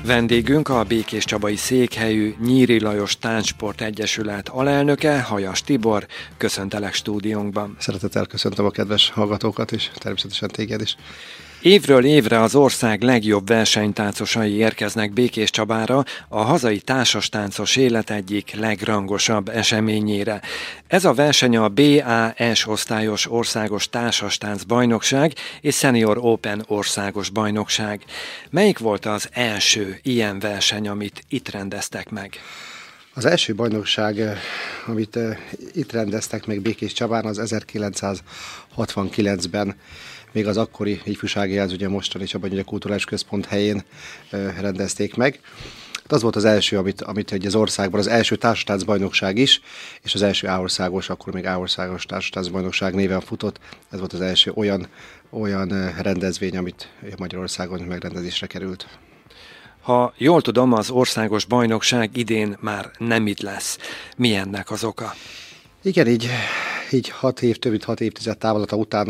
Vendégünk a Békéscsabai székhelyű Nyíri Lajos Táncsport Egyesület alelnöke, Hajas Tibor. Köszöntelek stúdiónkban. Szeretettel köszöntöm a kedves hallgatókat, és természetesen téged is. Évről évre az ország legjobb versenytáncosai érkeznek Békéscsabára a hazai társastáncos élet egyik legrangosabb eseményére. Ez a verseny a BAS osztályos országos társastánc bajnokság és Senior Open országos bajnokság. Melyik volt az első ilyen verseny, amit itt rendeztek meg? Az első bajnokság, amit itt rendeztek meg Békéscsabán, az 1969-ben még az akkori ifjúsági jelz, ugye mostani Csaba Kulturális Központ helyén rendezték meg. Az volt az első, amit az országban, az első társastáncbajnokság is, és az első A-országos, akkor még A-országos társastáncbajnokság néven futott. Ez volt az első olyan rendezvény, amit Magyarországon megrendezésre került. Ha jól tudom, az országos bajnokság idén már nem itt lesz. Mi ennek az oka? Igen, így több mint 6 évtized távolata után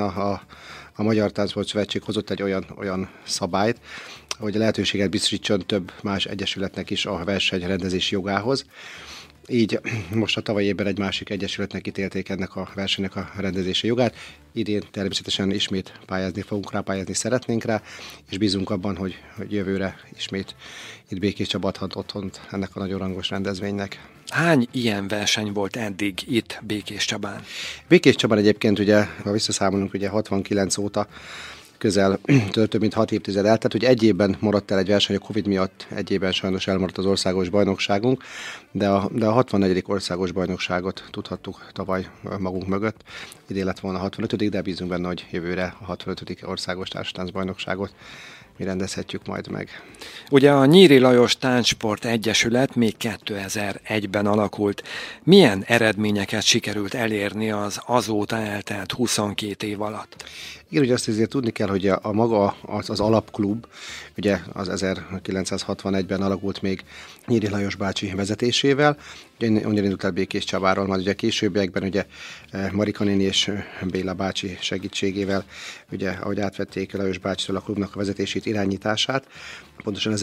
a Magyar Táncsport Szövetség hozott egy olyan szabályt, hogy lehetőséget biztosítson több más egyesületnek is a verseny rendezési jogához. Így most a tavalyi évben egy másik egyesületnek ítélték ennek a versenynek a rendezési jogát. Idén természetesen ismét pályázni szeretnénk rá, és bízunk abban, hogy jövőre ismét itt Békéscsaba adhat otthont ennek a nagyon rangos rendezvénynek. Hány ilyen verseny volt eddig itt Békéscsabán? Békéscsabán egyébként, ugye, ha visszaszámolunk, ugye 69 óta közel több mint 6 évtized eltelt, hogy egy évben maradt el egy verseny, a Covid miatt egy évben sajnos elmaradt az országos bajnokságunk, de a 64. országos bajnokságot tudhattuk tavaly magunk mögött. Idén lett volna a 65., de bízunk benne, hogy jövőre a 65. országos társastáncbajnokságot mi rendezhetjük majd meg. Ugye a Nyíri Lajos Táncsport Egyesület még 2001-ben alakult. Milyen eredményeket sikerült elérni az azóta eltelt 22 év alatt? Igen, ugye azt azért tudni kell, hogy a maga az alapklub, ugye az 1961-ben alakult még Nyíri Lajos bácsi vezetésével, onnan indult el Békéscsabáról, majd ugye későbbiekben ugye Marika néni és Béla bácsi segítségével, ugye ahogy átvették Lajos bácsitól a klubnak a vezetését, irányítását, pontosan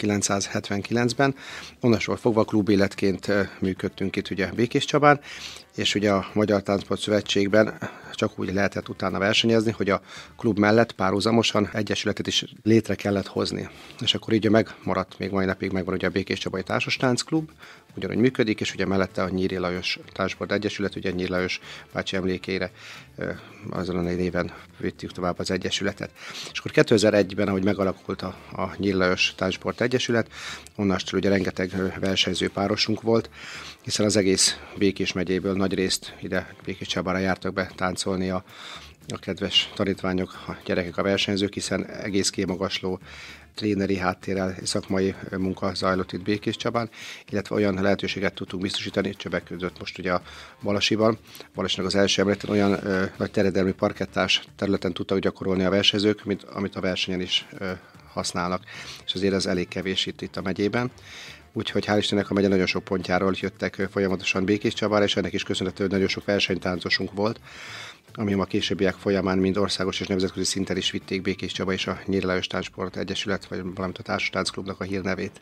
1979-ben, onnantól fogva klubéletként működtünk itt ugye Békéscsabán, és ugye a Magyar Táncsport Szövetségben csak úgy lehetett utána versenyezni, hogy a klub mellett párhuzamosan egyesületet is létre kellett hozni. És akkor így megmaradt, még mai napig megvan ugye a Békéscsabai Társastáncklub, ugyanúgy működik, és ugye mellette a Nyíri Lajos Táncsport Egyesület, ugye Nyíri Lajos bácsi emlékére azon a néven vittük tovább az egyesületet. És akkor 2001-ben, ahogy megalakult a Nyíri Lajos Táncsport Egyesület, onnastól ugye rengeteg versenyző párosunk volt, hiszen az egész Békés megyéből nagy részt ide Békéscsabára jártak be táncolni a kedves tanítványok, a gyerekek, a versenyzők, hiszen egész kimagasló tréneri háttérrel szakmai munka zajlott itt Békéscsabán, illetve olyan lehetőséget tudtunk biztosítani, többek között most ugye a Balasiban, Balasinak az első emeleten olyan nagy terjedelmű parkettás területen tudtak gyakorolni a versenyzők, amit a versenyen is használnak, és azért ez elég kevés itt a megyében. Úgyhogy hál' Istennek a megye nagyon sok pontjáról jöttek folyamatosan Békéscsabára, és ennek is köszönhető, hogy nagyon sok versenytáncosunk volt, ami a későbbiek folyamán mind országos és nemzetközi szinten is vitték Békéscsaba és a Nyíri Lajos Táncsport Egyesület, vagy valamint a Társastáncklubnak a hírnevét.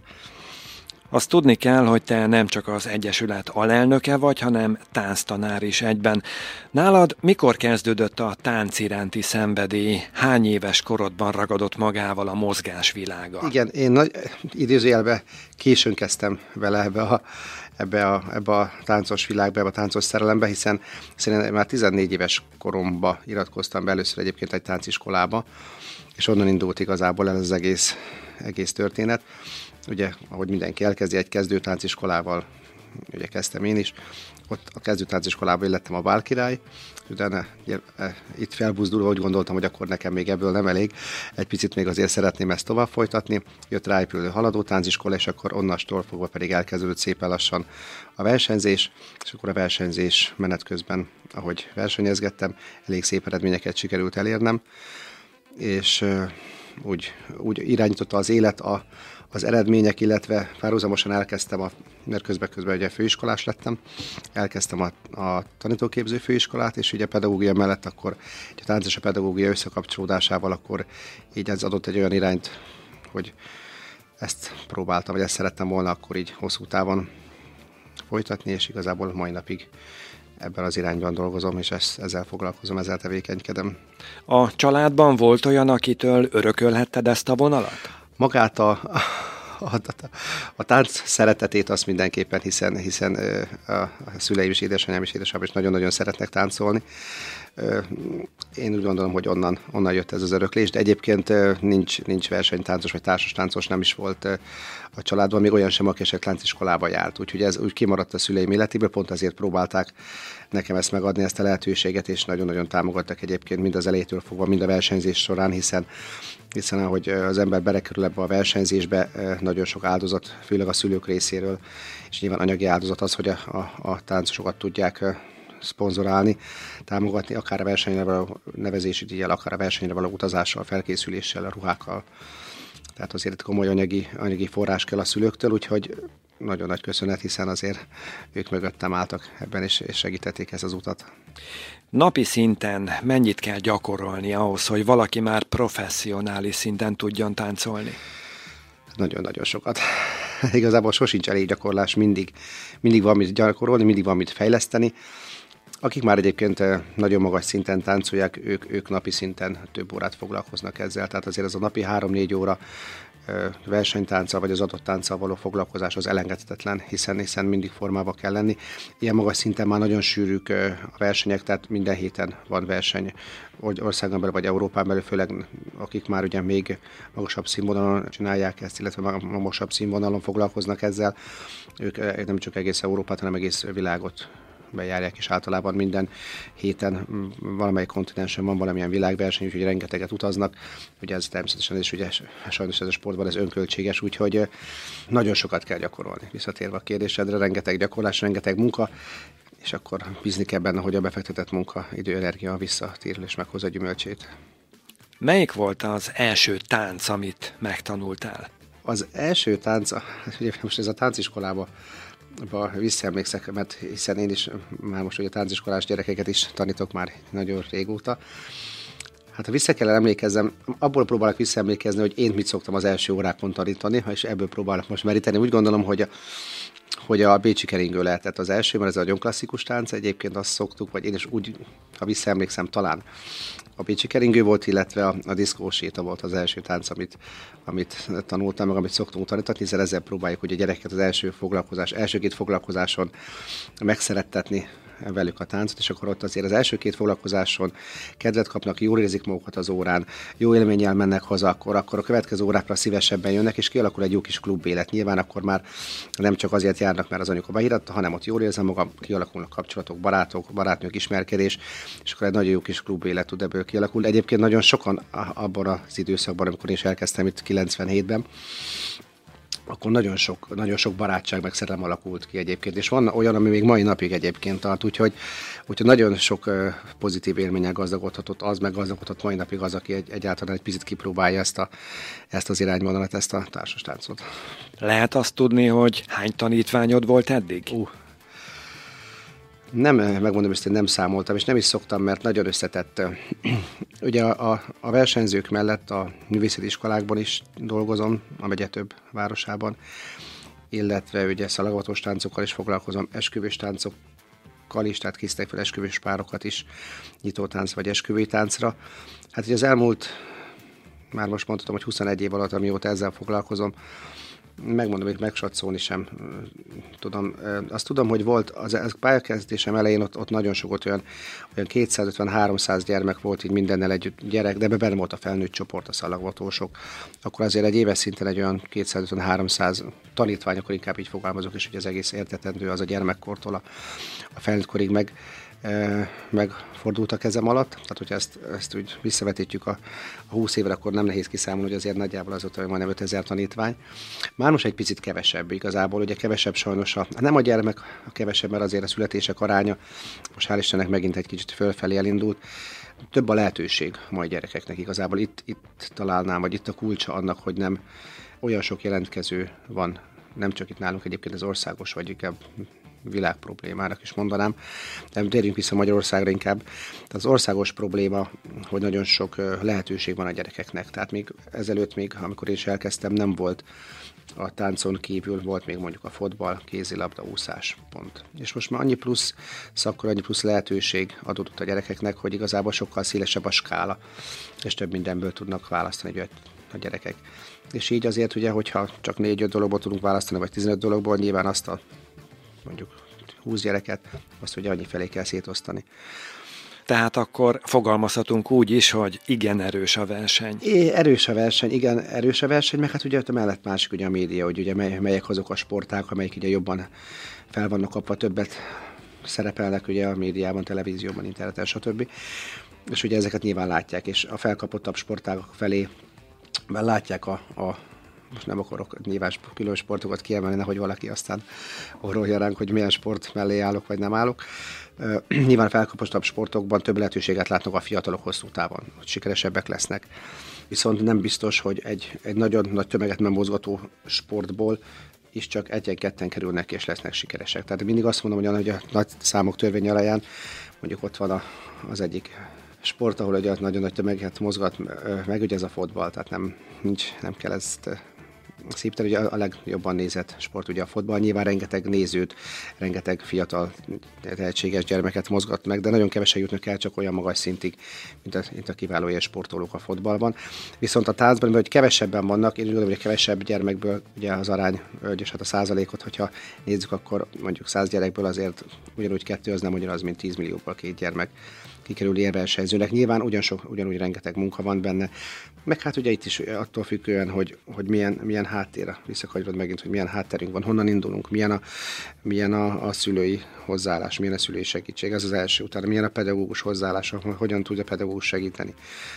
Azt tudni kell, hogy te nem csak az egyesület alelnöke vagy, hanem tánctanár is egyben. Nálad mikor kezdődött a tánc iránti szenvedély? Hány éves korodban ragadott magával a mozgásvilága? Igen, én idézőjelben későn kezdtem vele ebbe a táncos világba, ebbe a táncos szerelembe, hiszen én már 14 éves koromban iratkoztam be először egyébként egy tánciskolába, és onnan indult igazából ez az egész történet. Ugye, ahogy mindenki elkezdi, egy kezdőtánciskolával, ugye kezdtem én is, ott a kezdőtánciskolában lettem a bálkirály, utána itt felbuzdulva úgy gondoltam, hogy akkor nekem még ebből nem elég, egy picit még azért szeretném ezt tovább folytatni, jött ráépülő haladó tánciskola, és akkor onnastól fogva pedig elkezdődött szépen lassan a versenyzés, és akkor a versenyzés menet közben, ahogy versenyezgettem, elég szép eredményeket sikerült elérnem, és úgy irányította az élet az eredmények, illetve párhuzamosan elkezdtem, mert közben ugye főiskolás lettem, elkezdtem a tanítóképző főiskolát, és ugye a pedagógia mellett akkor a tánc és a pedagógia összekapcsolódásával akkor így ez adott egy olyan irányt, hogy ezt próbáltam, vagy ezt szerettem volna akkor így hosszú távon folytatni, és igazából mai napig ebben az irányban dolgozom, és ezzel foglalkozom, ezzel tevékenykedem. A családban volt olyan, akitől örökölhetted ezt a vonalat? Magát a tánc szeretetét azt mindenképpen, hiszen a szüleim is, édesanyám és édesapám is nagyon-nagyon szeretnek táncolni. Én úgy gondolom, hogy onnan jött ez az öröklés, de egyébként nincs versenytáncos vagy társas táncos, nem is volt a családban, még olyan sem, aki esetleg tánciskolába járt. Úgyhogy ez úgy kimaradt a szüleim életéből, pont azért próbálták nekem ezt megadni, ezt a lehetőséget, és nagyon-nagyon támogattak egyébként mind az elejétől fogva, mind a versenyzés során, hiszen ahogy az ember belekerül ebbe a versenyzésbe, nagyon sok áldozat, főleg a szülők részéről, és nyilván anyagi áldozat az, hogy a táncosokat tudják szponzorálni, támogatni, akár a versenyre való nevezési díjjal, akár a versenyre való utazással, felkészüléssel, a ruhákkal. Tehát azért komoly anyagi forrás kell a szülőktől, úgyhogy nagyon nagy köszönet, hiszen azért ők mögöttem álltak ebben, és segítették ezt az utat. Napi szinten mennyit kell gyakorolni ahhoz, hogy valaki már professzionális szinten tudjon táncolni? Nagyon-nagyon sokat. Igazából sosincs elég gyakorlás, mindig van mit gyakorolni, mindig van mit fejleszteni. Akik már egyébként nagyon magas szinten táncolják, ők napi szinten több órát foglalkoznak ezzel. Tehát azért ez a napi 3-4 óra versenytánccal vagy az adott tánccal való foglalkozás az elengedhetetlen, hiszen mindig formába kell lenni. Ilyen magas szinten már nagyon sűrűk a versenyek, tehát minden héten van verseny országon belül vagy Európán belül, főleg akik már ugye még magasabb színvonalon csinálják ezt, illetve magasabb színvonalon foglalkoznak ezzel. Ők nem csak egész Európát, hanem egész világot bejárják, és általában minden héten valamelyik kontinensen van valamilyen világverseny, úgyhogy rengeteget utaznak. Ugye ez természetesen is, ugye sajnos ez a sportban ez önköltséges, úgyhogy nagyon sokat kell gyakorolni. Visszatérve a kérdésedre, rengeteg gyakorlás, rengeteg munka, és akkor bízni kell benne, hogy a befektetett munka, idő, energia visszatérül és meghozza gyümölcsét. Melyik volt az első tánc, amit megtanultál? Az első tánc, ugye most ez a tánciskolában visszaemlékszek, mert hiszen én is már most ugye tánciskolás gyerekeket is tanítok már nagyon régóta. Hát ha vissza kell emlékezzem, abból próbálok visszaemlékezni, hogy én mit szoktam az első órákon tanítani, és ebből próbálok most meríteni. Úgy gondolom, hogy a bécsi keringő lehetett az első, mert ez nagyon klasszikus tánc, egyébként azt szoktuk, vagy én is úgy, ha visszaemlékszem, talán a bécsi keringő volt, illetve a diszkóséta volt az első tánc, amit tanultam, meg amit szoktunk tanítani, hiszen ezzel próbáljuk ugye a gyereket az első két foglalkozáson megszerettetni velük a táncot, és akkor ott azért az első két foglalkozáson kedvet kapnak, jól érzik magukat az órán, jó élménnyel mennek haza, akkor a következő órákra szívesebben jönnek, és kialakul egy jó kis klubélet. Nyilván akkor már nem csak azért járnak, mert az anyuka beíratta, hanem ott jól érzem magam, kialakulnak kapcsolatok, barátok, barátnők, ismerkedés, és akkor egy nagyon jó kis klubélet tud ebből kialakulni. Egyébként nagyon sokan abban az időszakban, amikor én is elkezdtem itt 97-ben, akkor nagyon sok barátság meg szerelem alakult ki egyébként, és van olyan, ami még mai napig egyébként tart, úgyhogy nagyon sok pozitív élménnyel gazdagodhatott meg gazdagodhat mai napig az, aki egyáltalán egy picit kipróbálja ezt az irányvonalat, ezt a társas táncot. Lehet azt tudni, hogy hány tanítványod volt eddig? Nem, megmondom, hogy nem számoltam, és nem is szoktam, mert nagyon összetett. Ugye a versenyzők mellett a művészeti iskolákban is dolgozom, a megye több városában, illetve ugye szalagavatos táncokkal is foglalkozom, esküvős táncokkal is, tehát készítek fel esküvős párokat is, nyitótánc vagy esküvői táncra. Hát ugye az elmúlt, már most mondhatom, hogy 21 év alatt, amióta ezzel foglalkozom, megmondom, hogy megsatszolni sem tudom. Azt tudom, hogy volt az pályakezdésem elején ott nagyon sok olyan 250-300 gyermek volt így mindennel együtt gyerek, de benne volt a felnőtt csoport, a szalagvatósok. Akkor azért egy éves szinten egy olyan 250-300 tanítvány, akkor inkább így fogalmazok, és hogy az egész értetendő az a gyermekkortól a felnőttkorig megfordultak kezem alatt. Tehát, hogyha ezt úgy visszavetítjük a 20 évre, akkor nem nehéz kiszámolni, hogy azért nagyjából az ott majdnem 5000 tanítvány. Már most egy picit kevesebb igazából, ugye kevesebb sajnos nem a gyermek, a kevesebb, mert azért a születések aránya most hál' Istennek megint egy kicsit fölfelé elindult. Több a lehetőség mai gyerekeknek igazából. Itt találnám, vagy itt a kulcsa annak, hogy nem olyan sok jelentkező van, nem csak itt nálunk egyébként az országos, vagy inkább világproblémának is mondanám. De térjünk vissza Magyarországra inkább. Tehát az országos probléma, hogy nagyon sok lehetőség van a gyerekeknek. Tehát még ezelőtt, amikor én is elkezdtem, nem volt a táncon kívül, volt még mondjuk a fotball, kézilabda, úszás, pont. És most már annyi plusz szakkor, annyi plusz lehetőség adódott a gyerekeknek, hogy igazából sokkal szélesebb a skála, és több mindenből tudnak választani a gyerekek. És így azért, ugye, hogyha csak 4-5 dologból tudunk választani, vagy 15 dologból, nyilván azt a mondjuk 20 gyereket, azt ugye annyi felé kell szétosztani. Tehát akkor fogalmazhatunk úgy is, hogy igen erős a verseny. Erős a verseny, igen, erős a verseny, meg hát ugye mellett másik ugye a média, hogy ugye melyek azok a sportág, amelyik ugye jobban fel vannak kapva, többet szerepelnek ugye a médiában, televízióban, interneten, stb. És ugye ezeket nyilván látják, és a felkapottabb sportágok felé látják most nem akarok nyilván külön sportokat kiemelni, nehogy valaki aztán orrolja ránk, hogy milyen sport mellé állok, vagy nem állok. Nyilván felkapottabb sportokban több lehetőséget látnak a fiatalok hosszú távon, hogy sikeresebbek lesznek. Viszont nem biztos, hogy egy nagyon nagy tömeget nem mozgató sportból is csak egyen-ketten kerülnek és lesznek sikeresek. Tehát mindig azt mondom, hogy a nagy számok törvény alapján, mondjuk ott van az egyik sport, ahol ugye nagyon nagy tömeget mozgat meg, ugye ez a fotball, tehát nem kell ezt szépten, ugye a legjobban nézett sport ugye a fotball, nyilván rengeteg nézőt, rengeteg fiatal tehetséges gyermeket mozgat meg, de nagyon kevesen jutnak el csak olyan magas szintig, mint a kiváló ilyen sportolók a fotballban. Viszont a táncban, hogy kevesebben vannak, én úgy gondolom, hogy a kevesebb gyermekből ugye az arány, és hát a százalékot, hogyha nézzük, akkor mondjuk 100 gyerekből azért ugyanúgy 2 az nem ugyanaz, mint 10 millióból 2 gyermek kikerül ilyen versenyzőnek. Nyilván ugyanúgy rengeteg munka van benne, meg hát ugye itt is attól függően, hogy milyen háttér, visszakanyarodva megint, hogy milyen hátterünk van, honnan indulunk, milyen a szülői hozzáállás, milyen a szülői segítség, ez az első, utána milyen a pedagógus hozzáállás, hogyan tudja a pedagógus segíteni,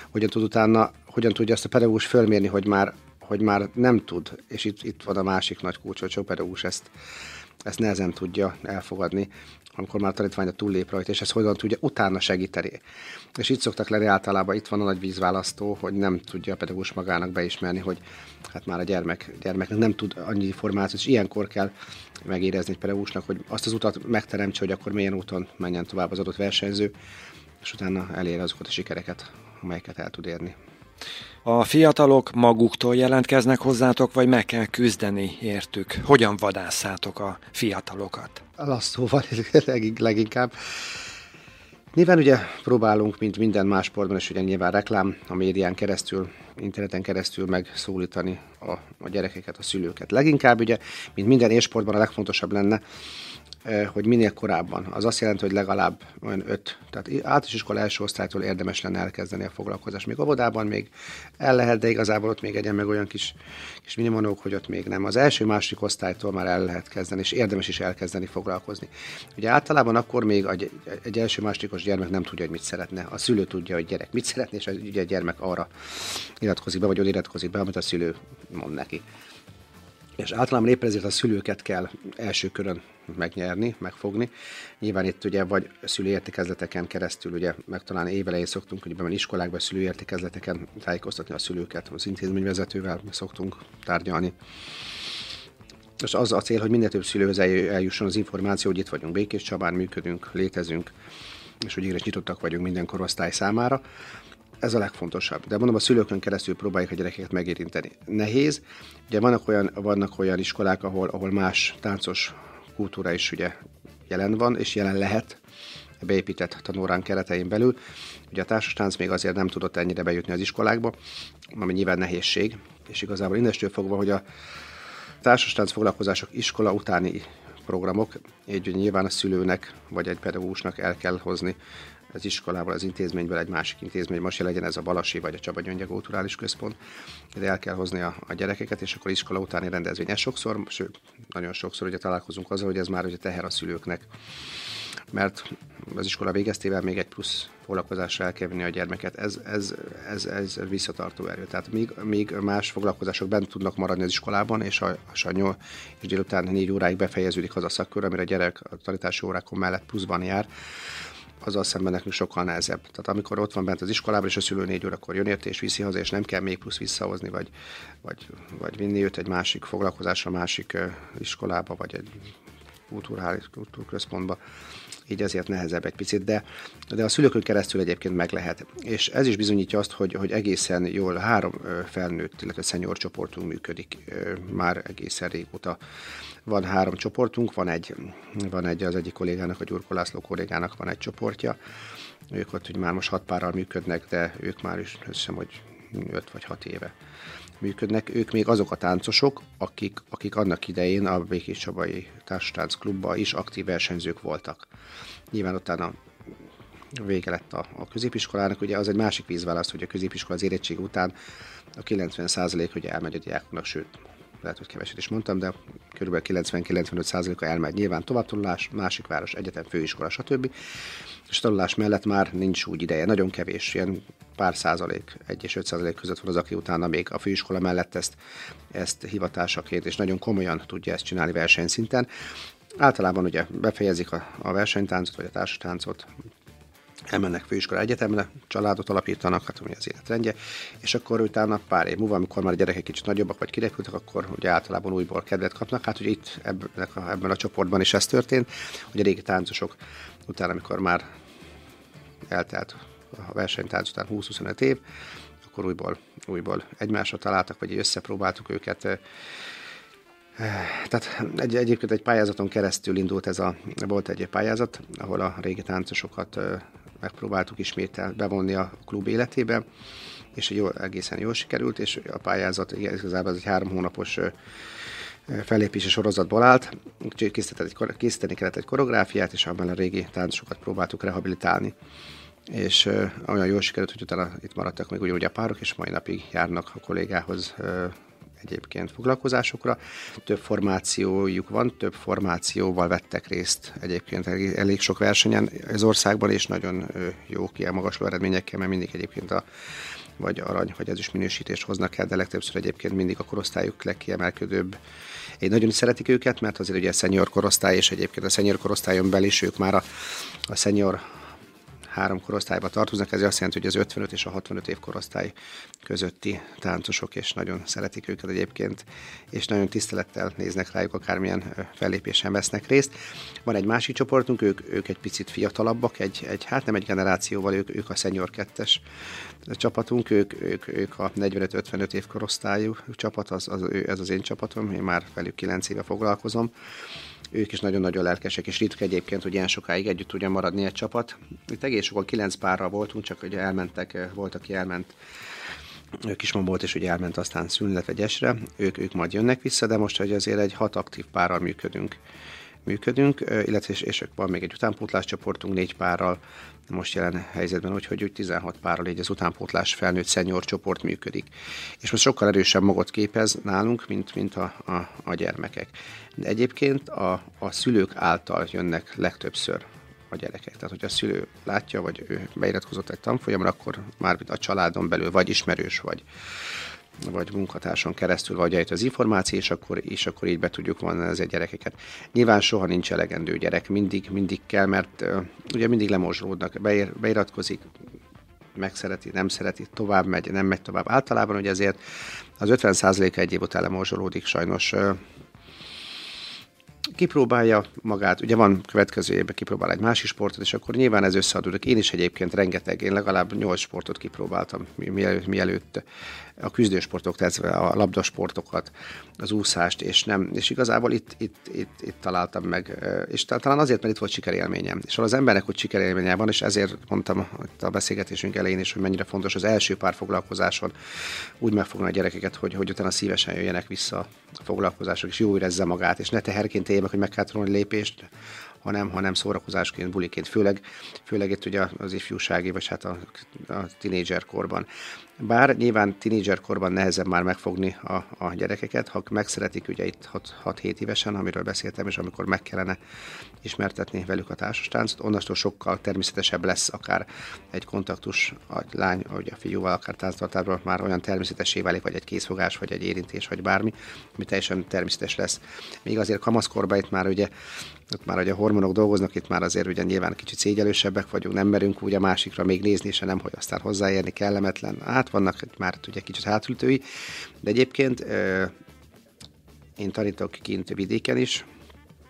hogyan tudja azt a pedagógus fölmérni, hogy már nem tud, és itt van a másik nagy kulcs, hogy sok pedagógus ezt nehezen tudja elfogadni, amikor már a tanítványa túllép rajta, és ezt hogyan tudja utána segíteni. És itt szoktak lenni általában, itt van a nagy vízválasztó, hogy nem tudja a pedagógus magának beismerni, hogy hát már a gyermeknek nem tud annyi információt, és ilyenkor kell megérezni egy pedagógusnak, hogy azt az utat megteremtse, hogy akkor milyen úton menjen tovább az adott versenyző, és utána elér azokat a sikereket, amelyeket el tud érni. A fiatalok maguktól jelentkeznek hozzátok, vagy meg kell küzdeni értük? Hogyan vadásszátok a fiatalokat? Lasszóval leginkább. Nyilván ugye próbálunk, mint minden más sportban, és ugye nyilván reklám, a médián keresztül, interneten keresztül megszólítani a gyerekeket, a szülőket. Leginkább ugye, mint minden élsportban a legfontosabb lenne, hogy minél korábban. Az azt jelenti, hogy legalább olyan 5, tehát általános iskola első osztálytól érdemes lenne elkezdeni a foglalkozást. Még óvodában még el lehet, de igazából ott még egyen meg olyan kis minimonók, hogy ott még nem. Az első-második osztálytól már el lehet kezdeni, és érdemes is elkezdeni foglalkozni. Ugye általában akkor még egy első-másodikos gyermek nem tudja, hogy mit szeretne. A szülő tudja, hogy gyerek mit szeretne, és ugye a gyermek arra iratkozik be, vagy oda iratkozik be, amit a szülő mond neki. És általában éppen ezért a szülőket kell első körön megnyerni, megfogni. Nyilván itt ugye vagy szülőértekezleteken keresztül, ugye meg talán évelején szoktunk, hogy bemenni iskolákba, szülőértekezleteken tájékoztatni a szülőket, az intézményvezetővel szoktunk tárgyalni. És az a cél, hogy minél több szülőhöz eljusson az információ, hogy itt vagyunk Békés Csabán, működünk, létezünk, és hogy ígéret nyitottak vagyunk minden korosztály számára. Ez a legfontosabb. De mondom, a szülőkön keresztül próbáljuk a gyerekeket megérinteni. Nehéz. Ugye vannak olyan iskolák, ahol más táncos kultúra is ugye jelen van, és jelen lehet beépített tanórán keretein belül. Ugye a társastánc még azért nem tudott ennyire bejutni az iskolákba, ami nyilván nehézség, és igazából innestől fogva, hogy a társastánc foglalkozások iskola utáni programok, így nyilván a szülőnek vagy egy pedagógusnak el kell hozni az iskolával, az intézményből egy másik intézmény, most legyen ez a Balasi vagy a Csaba Gyöngye Kulturális Központ, de el kell hozni a gyerekeket, és akkor iskola utáni rendezvény. Ez sokszor, sőt, nagyon sokszor ugye találkozunk azzal, hogy ez már ugye teher a szülőknek, mert az iskola végeztével még egy plusz foglalkozásra el kell venni a gyermeket. Ez visszatartó erő. Tehát míg más foglalkozások bent tudnak maradni az iskolában, és délután 4 óráig befejeződik az a szakkör, amire a gyerek a tanítási órákon mellett pluszban jár, azzal szemben nekünk sokkal nehezebb. Tehát amikor ott van bent az iskolában, és a szülő 4 órakor jön érte, és viszi haza, és nem kell még plusz visszahozni, vagy vinni őt egy másik foglalkozásra, másik iskolába, vagy egy kultúrközpontba, így azért nehezebb egy picit, de a szülőkön keresztül egyébként meg lehet. És ez is bizonyítja azt, hogy egészen jól 3 felnőtt, illetve senior csoportunk működik már egészen régóta. Van 3 csoportunk, van egy az egyik kollégának, a Gyurkó László kollégának van egy csoportja. Ők ott már most 6 párral működnek, de ők már is, hiszem, hogy 5 vagy 6 éve működnek. Ők még azok a táncosok, akik annak idején a Békés Csabai Társastánc Klubban is aktív versenyzők voltak. Nyilván utána vége lett a középiskolának, ugye az egy másik vízválaszt, hogy a középiskola az érettség után a 90% ugye elmegy a diákoknak, sőt, lehet, hogy keveset is mondtam, de kb. 90-95%-a elmegy nyilván továbbtanulás, másik város, egyetem, főiskola, stb. És tanulás mellett már nincs úgy ideje, nagyon kevés, ilyen pár százalék, 1 és 5% között van az, aki utána még a főiskola mellett ezt hivatásaként és nagyon komolyan tudja ezt csinálni versenyszinten. Általában ugye befejezik a versenytáncot vagy a társastáncot, elmennek főiskola egyetemre, családot alapítanak, hát ugye az életrendje, és akkor utána pár év múlva, amikor már a gyerekek kicsit nagyobbak vagy kirepültek, akkor ugye általában újból kedvet kapnak. Hát ugye itt ebben a csoportban is ez történt, hogy a régi táncosok utána, amikor már eltelt a versenytánc után 20-25 év, akkor újból egymásra találtak, vagy összepróbáltuk őket. Tehát egyébként egy pályázaton keresztül indult volt egy pályázat, ahol a régi táncosokat megpróbáltuk ismét bevonni a klub életébe, és egészen jól sikerült, és a pályázat igazából egy 3 hónapos fellépési sorozatból állt. Készíteni kellett egy koreográfiát, és abban a régi táncosokat próbáltuk rehabilitálni. És olyan jól sikerült, hogy utána itt maradtak még ugyanúgy a párok, és mai napig járnak a kollégához egyébként foglalkozásokra. Több formációjuk van, több formációval vettek részt egyébként elég sok versenyen az országban, és nagyon jó kimagasló eredményekkel, mert mindig egyébként vagy arany, vagy ezüst minősítést hoznak el, de legtöbbször egyébként mindig a korosztályuk legkiemelkedőbb. Én nagyon szeretik őket, mert azért ugye a senior korosztály, és egyébként a senior korosztályon belül is ők már a senior 3 korosztályba tartoznak, ez azt jelenti, hogy az 55 és a 65 év korosztály közötti táncosok, és nagyon szeretik őket egyébként, és nagyon tisztelettel néznek rájuk, akármilyen fellépésen vesznek részt. Van egy másik csoportunk, ők egy picit fiatalabbak, hát nem egy generációval, ők a senior 2-es csapatunk, ők a 45-55 év korosztályú csapat, ez az én csapatom, én már velük 9 éve foglalkozom. Ők is nagyon-nagyon lelkesek, és ritka egyébként, hogy ilyen sokáig együtt tudja maradni egy csapat. Itt egész sokan 9 párral voltunk, csak ugye elmentek, volt, aki elment Kismambolt, és ugye elment aztán szülni, illetve Gyesre. Ők majd jönnek vissza, de most hogy azért egy 6 aktív párral működünk, illetve és van még egy utánpótlás csoportunk 4 párral, most jelen helyzetben, úgy 16 párral így az utánpótlás felnőtt senior csoport működik. És most sokkal erősebb magot képez nálunk, mint a gyermekek. De egyébként a szülők által jönnek legtöbbször a gyerekek. Tehát, hogy a szülő látja, vagy ő beiratkozott egy tanfolyamra, akkor már a családon belül vagy ismerős, vagy munkatárson keresztül vagy eljött az információ, és akkor így be tudjuk vonni az gyerekeket. Nyilván soha nincs elegendő gyerek, mindig kell, mert ugye mindig lemorzsolódnak, beiratkozik, megszereti, nem szereti, tovább megy, nem megy tovább. Általában ugye ezért az 50%-a egy év után lemorzsolódik, sajnos kipróbálja magát, ugye van következő évben kipróbál egy másik sportot, és akkor nyilván ez összeadódik. Én is egyébként én legalább 8 sportot kipróbáltam, mielőtt a küzdősportok, tehát a labdasportokat, az úszást, és igazából itt találtam meg, és talán azért, mert itt volt sikerélményem. És az embernek, hogy sikerélménye van, és ezért mondtam a beszélgetésünk elején is, hogy mennyire fontos az első pár foglalkozáson úgy megfogni a gyerekeket, hogy utána szívesen jöjjenek vissza a foglalkozások, és jó érezze magát, és ne teherként élje meg, hogy meg kell tanulni lépést, hanem szórakozásként, buliként, főleg itt ugye az ifjúsági, vagy hát a tínédzser korban. Bár nyilván tínédzser korban nehezebb már megfogni a gyerekeket, ha megszeretik ugye itt 6-7 évesen, amiről beszéltem, és amikor meg kellene ismertetni velük a társastáncot, onnastól sokkal természetesebb lesz akár egy kontaktus a lány, vagy a fiúval, akár tánctartásban már olyan természetessé válik, vagy egy kézfogás, vagy egy érintés, vagy bármi, ami teljesen természetes lesz. Még azért kamaszkorban itt már ugye a hormonok dolgoznak, itt már azért ugye nyilván kicsit szégyelősebbek vagyunk, nem merünk úgy a másikra még nézni, és nem, hogy aztán hozzáérni kellemetlen. Hát vannak már ugye kicsit hátültői, de egyébként én tanítok kint vidéken is,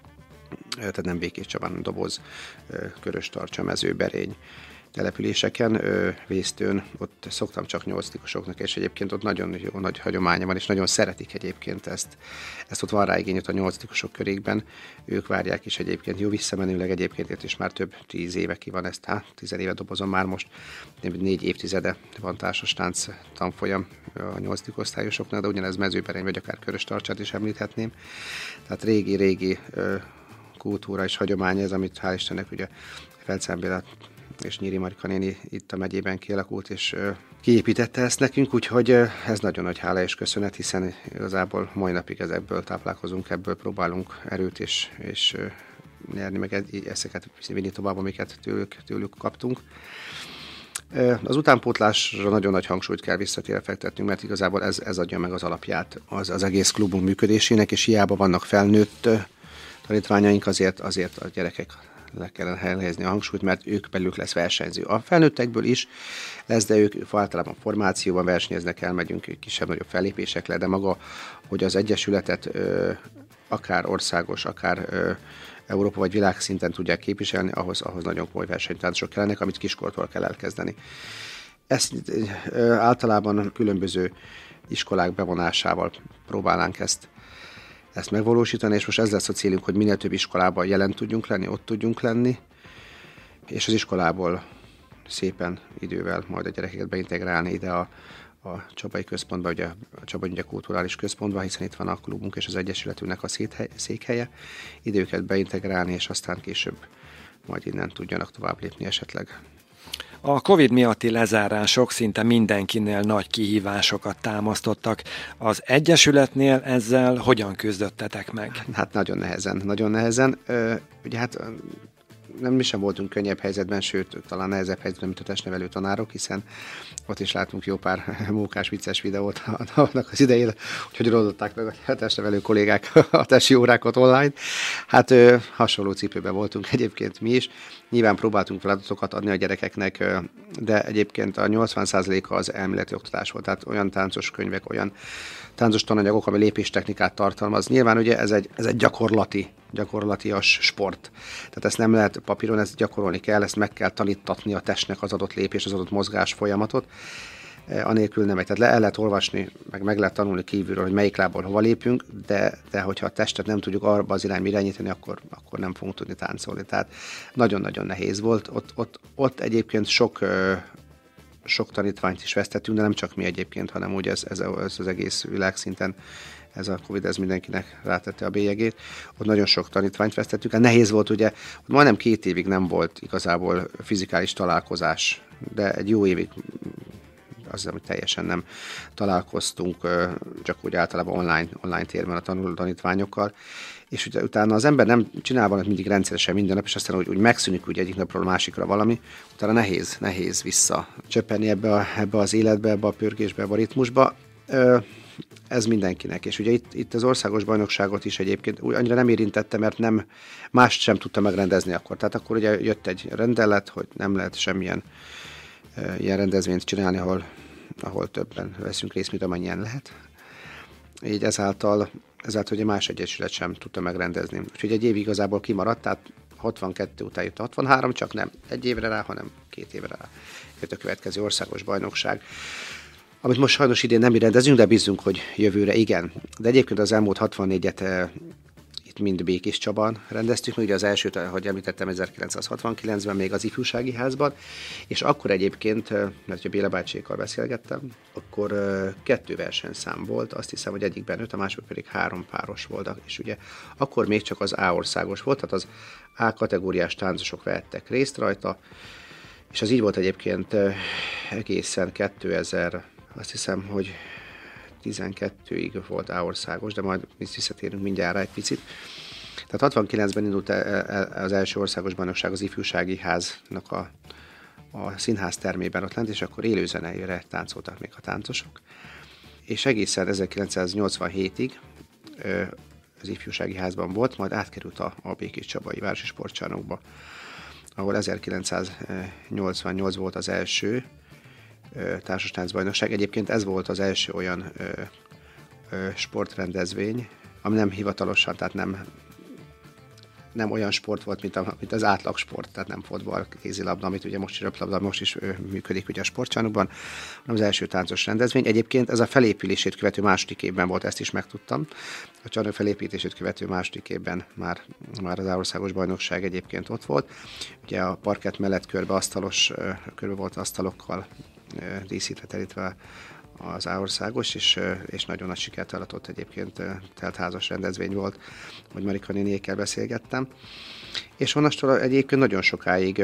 tehát nem Békés Csabán, Doboz, Köröstarcsa, Mezőberény településeken, Vésztőn, ott szoktam csak nyolcadikosoknak, és egyébként ott nagyon jó nagy hagyománya van, és nagyon szeretik egyébként ezt ott van rá igény ott a nyolcadikosok körében, ők várják is egyébként, jó visszamenőleg egyébként, és már több 10 éve ki van ezt, 10 éve Dobozon már most, 4 évtizede van társas tánc tanfolyam a nyolcadik osztályosoknak, de ugyanez Mezőberény, vagy akár Köröstarcsát is említhetném, tehát régi kultúra és hagyomány ez, amit hál' Istennek ugye Felczán Béla és Nyíri Marika néni itt a megyében kialakult, és kiépítette ezt nekünk, úgyhogy ez nagyon nagy hála és köszönet, hiszen igazából mai napig ebből táplálkozunk, ebből próbálunk erőt és nyerni, meg ezeket vinni tovább, amiket tőlük kaptunk. Az utánpótlásra nagyon nagy hangsúlyt kell visszatérve fektetnünk, mert igazából ez adja meg az alapját az egész klubunk működésének, és hiába vannak felnőtt tanítványaink, azért a gyerekek le kellene helyezni a hangsúlyt, mert ők belőlük lesz versenyző. A felnőttekből is lesz, de ők általában formációban versenyeznek, elmegyünk kisebb-nagyobb fellépésekre, de maga, hogy az egyesületet akár országos, akár Európa vagy világszinten tudják képviselni, ahhoz nagyon komoly versenytáncosok kellenek, amit kiskortól kell elkezdeni. Ezt általában különböző iskolák bevonásával próbálnánk ezt megvalósítani, és most ez lesz a célunk, hogy minél több iskolában jelen tudjunk lenni, ott tudjunk lenni, és az iskolából szépen idővel majd a gyerekeket beintegrálni ide a Csabai Központba, ugye a Csabai Kulturális Központba, hiszen itt van a klubunk és az egyesületünknek a székhelye, időket beintegrálni, és aztán később majd innen tudjanak tovább lépni esetleg. A Covid miatti lezárások szinte mindenkinél nagy kihívásokat támasztottak. Az Egyesületnél ezzel hogyan küzdöttetek meg? Hát nagyon nehezen. Ugye hát mi sem voltunk könnyebb helyzetben, sőt, talán nehezebb helyzetben, mint a testnevelő tanárok, hiszen ott is látunk jó pár mókás, vicces videót annak az idején, hogy oldották meg a testnevelő kollégák a testi órákat online. Hát hasonló cipőben voltunk egyébként mi is. Nyilván próbáltunk feladatokat adni a gyerekeknek, de egyébként a 80%-a az elméleti oktatás volt, tehát olyan táncos könyvek, olyan táncos tananyagok, ami lépéstechnikát tartalmaz. Nyilván ugye ez egy gyakorlatias sport. Tehát ezt nem lehet papíron, ezt gyakorolni kell, ezt meg kell tanítatni a testnek az adott lépés, az adott mozgás folyamatot. Anélkül nem megy. Tehát el lehet olvasni, meg lehet tanulni kívülről, hogy melyik lábból hova lépünk, de hogyha a testet nem tudjuk arba az irányba irányítani, akkor nem fogunk tudni táncolni. Tehát nagyon-nagyon nehéz volt. Ott egyébként sok tanítványt is vesztettünk, de nem csak mi egyébként, hanem úgy ez az egész világszinten ez a Covid, ez mindenkinek rátette a bélyegét. Ott nagyon sok tanítványt vesztettük. Nehéz volt ugye, majdnem 2 évig nem volt igazából fizikális találkozás, de egy jó évig az, amit teljesen nem találkoztunk, csak úgy általában online térben a tanuló tanítványokkal. És ugye utána az ember nem csinál valamit mindig rendszeresen minden nap, és aztán úgy megszűnik úgy egyik napról a másikra valami, utána nehéz visszacsöppenni ebbe az életbe, ebbe a pörgésbe, ebbe a ritmusba. Ez mindenkinek. És ugye itt az országos bajnokságot is egyébként annyira nem érintette, mert nem mást sem tudta megrendezni akkor. Tehát akkor ugye jött egy rendelet, hogy nem lehet semmilyen ilyen rendezvényt csinálni, ahol többen veszünk részt, mint amennyien lehet. Így ezáltal ugye más egyesület sem tudta megrendezni. Úgyhogy egy év igazából kimaradt, tehát 62 után jött 63, csak nem egy évre rá, hanem 2 évre rá jött a következő országos bajnokság. Amit most sajnos idén nem rendezünk, de bízunk, hogy jövőre igen. De egyébként az elmúlt 64-et itt mind Békés Csabán rendeztük, ugye az elsőt, ahogy említettem, 1969-ben még az ifjúsági házban, és akkor egyébként, mert a Béla bácsiékkal beszélgettem, akkor 2 versenyszám volt, azt hiszem, hogy egyikben 5, a másik pedig 3 páros volt, és ugye akkor még csak az A országos volt, tehát az A kategóriás táncosok vehettek részt rajta, és az így volt egyébként egészen 2000, azt hiszem, hogy 12-ig volt A-országos, de majd visszatérünk mindjárt egy picit. Tehát 69-ben indult az első országos bajnokság az ifjúsági háznak a színház termében ott lent, és akkor élőzenére táncoltak még a táncosok. És egészen 1987-ig az ifjúsági házban volt, majd átkerült a Békés Csabai Városi Sportcsarnokba, ahol 1988 volt az első társastáncbajnokság. Egyébként ez volt az első olyan sportrendezvény, ami nem hivatalosan, tehát nem olyan sport volt, mint az átlagsport, tehát nem fotball, kézilabda, amit ugye most is röplabda, most is működik ugye a sportcsarnokban, hanem az első táncos rendezvény. Egyébként ez a felépülését követő második évben volt, ezt is megtudtam. A csarnok felépítését követő második évben már az országos bajnokság egyébként ott volt. Ugye a parkett mellett körbe volt asztalokkal díszítve, terítve az országos, és nagyon nagy sikert aratott egyébként, teltházas rendezvény volt, hogy Marika néniékkel beszélgettem. És onnastól egyébként nagyon sokáig,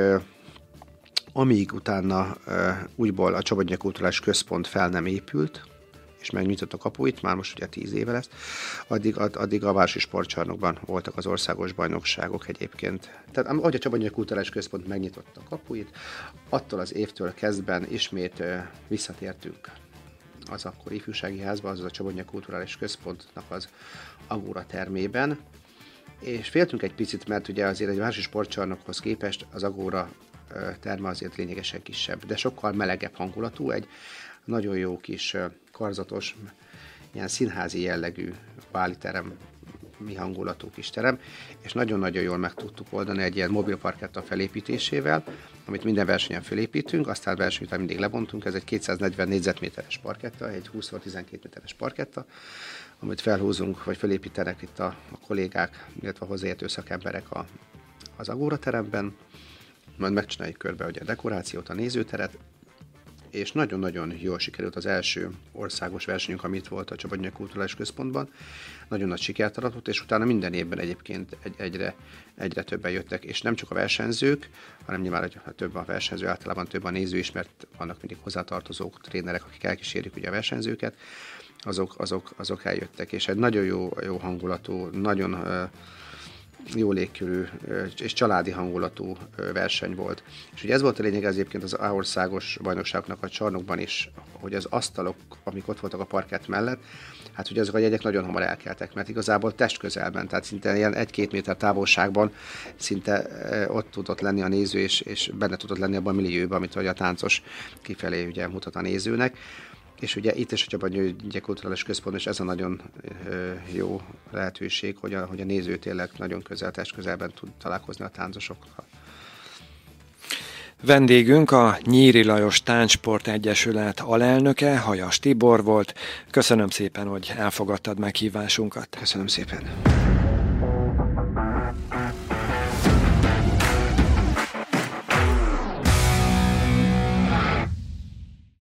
amíg utána újból a Csaba Kulturális Központ fel nem épült, és megnyitott a kapuit, már most ugye 10 éve lesz, addig a városi sportcsarnokban voltak az országos bajnokságok egyébként. Tehát ahogy a Csaba Kulturális Központ megnyitott a kapuit, attól az évtől kezdben ismét visszatértünk az akkori ifjúsági házba, azaz a Csaba Kulturális Központnak az Agóra termében, és féltünk egy picit, mert ugye azért egy városi sportcsarnokhoz képest az Agóra terme azért lényegesen kisebb, de sokkal melegebb hangulatú, egy nagyon jó kis karzatos, ilyen színházi jellegű báliterem, mi hangulatú kis terem, és nagyon-nagyon jól meg tudtuk oldani egy ilyen mobil parketta felépítésével, amit minden versenyen felépítünk, aztán verseny után mindig lebontunk, ez egy 240 négyzetméteres parketta, egy 20x12 méteres parketta, amit felhúzunk, vagy felépítenek itt a kollégák, illetve a hozzáértő szakemberek az Agóra teremben, majd megcsináljuk körbe ugye a dekorációt, a nézőteret, és nagyon-nagyon jól sikerült az első országos versenyünk, amit volt a Csaba Kulturális Központban. Nagyon nagy sikert aratott, és utána minden évben egyébként egyre többen jöttek, és nem csak a versenyzők, hanem nyilván több a versenyző, általában több a néző is, mert vannak mindig hozzátartozók, trénerek, akik elkísérik ugye a versenyzőket, azok eljöttek, és egy nagyon jó hangulatú, nagyon jó légkörű és családi hangulatú verseny volt. És ugye ez volt a lényeg egyébként az országos bajnokságoknak a csarnokban is, hogy az asztalok, amik ott voltak a parkett mellett, hát ugye azok a jegyek nagyon hamar elkeltek, mert igazából testközelben, tehát szinte ilyen 1-2 méter távolságban szinte ott tudott lenni a néző, és benne tudott lenni abban a millióban, amit a táncos kifelé ugye mutat a nézőnek. És ugye itt is a Csaba Kulturális Központ, és ez a nagyon jó lehetőség, hogy a néző tényleg nagyon testközelben tud találkozni a táncosokkal. Vendégünk a Nyíri Lajos Táncsport Egyesület alelnöke, Hajas Tibor volt. Köszönöm szépen, hogy elfogadtad meghívásunkat. Köszönöm szépen.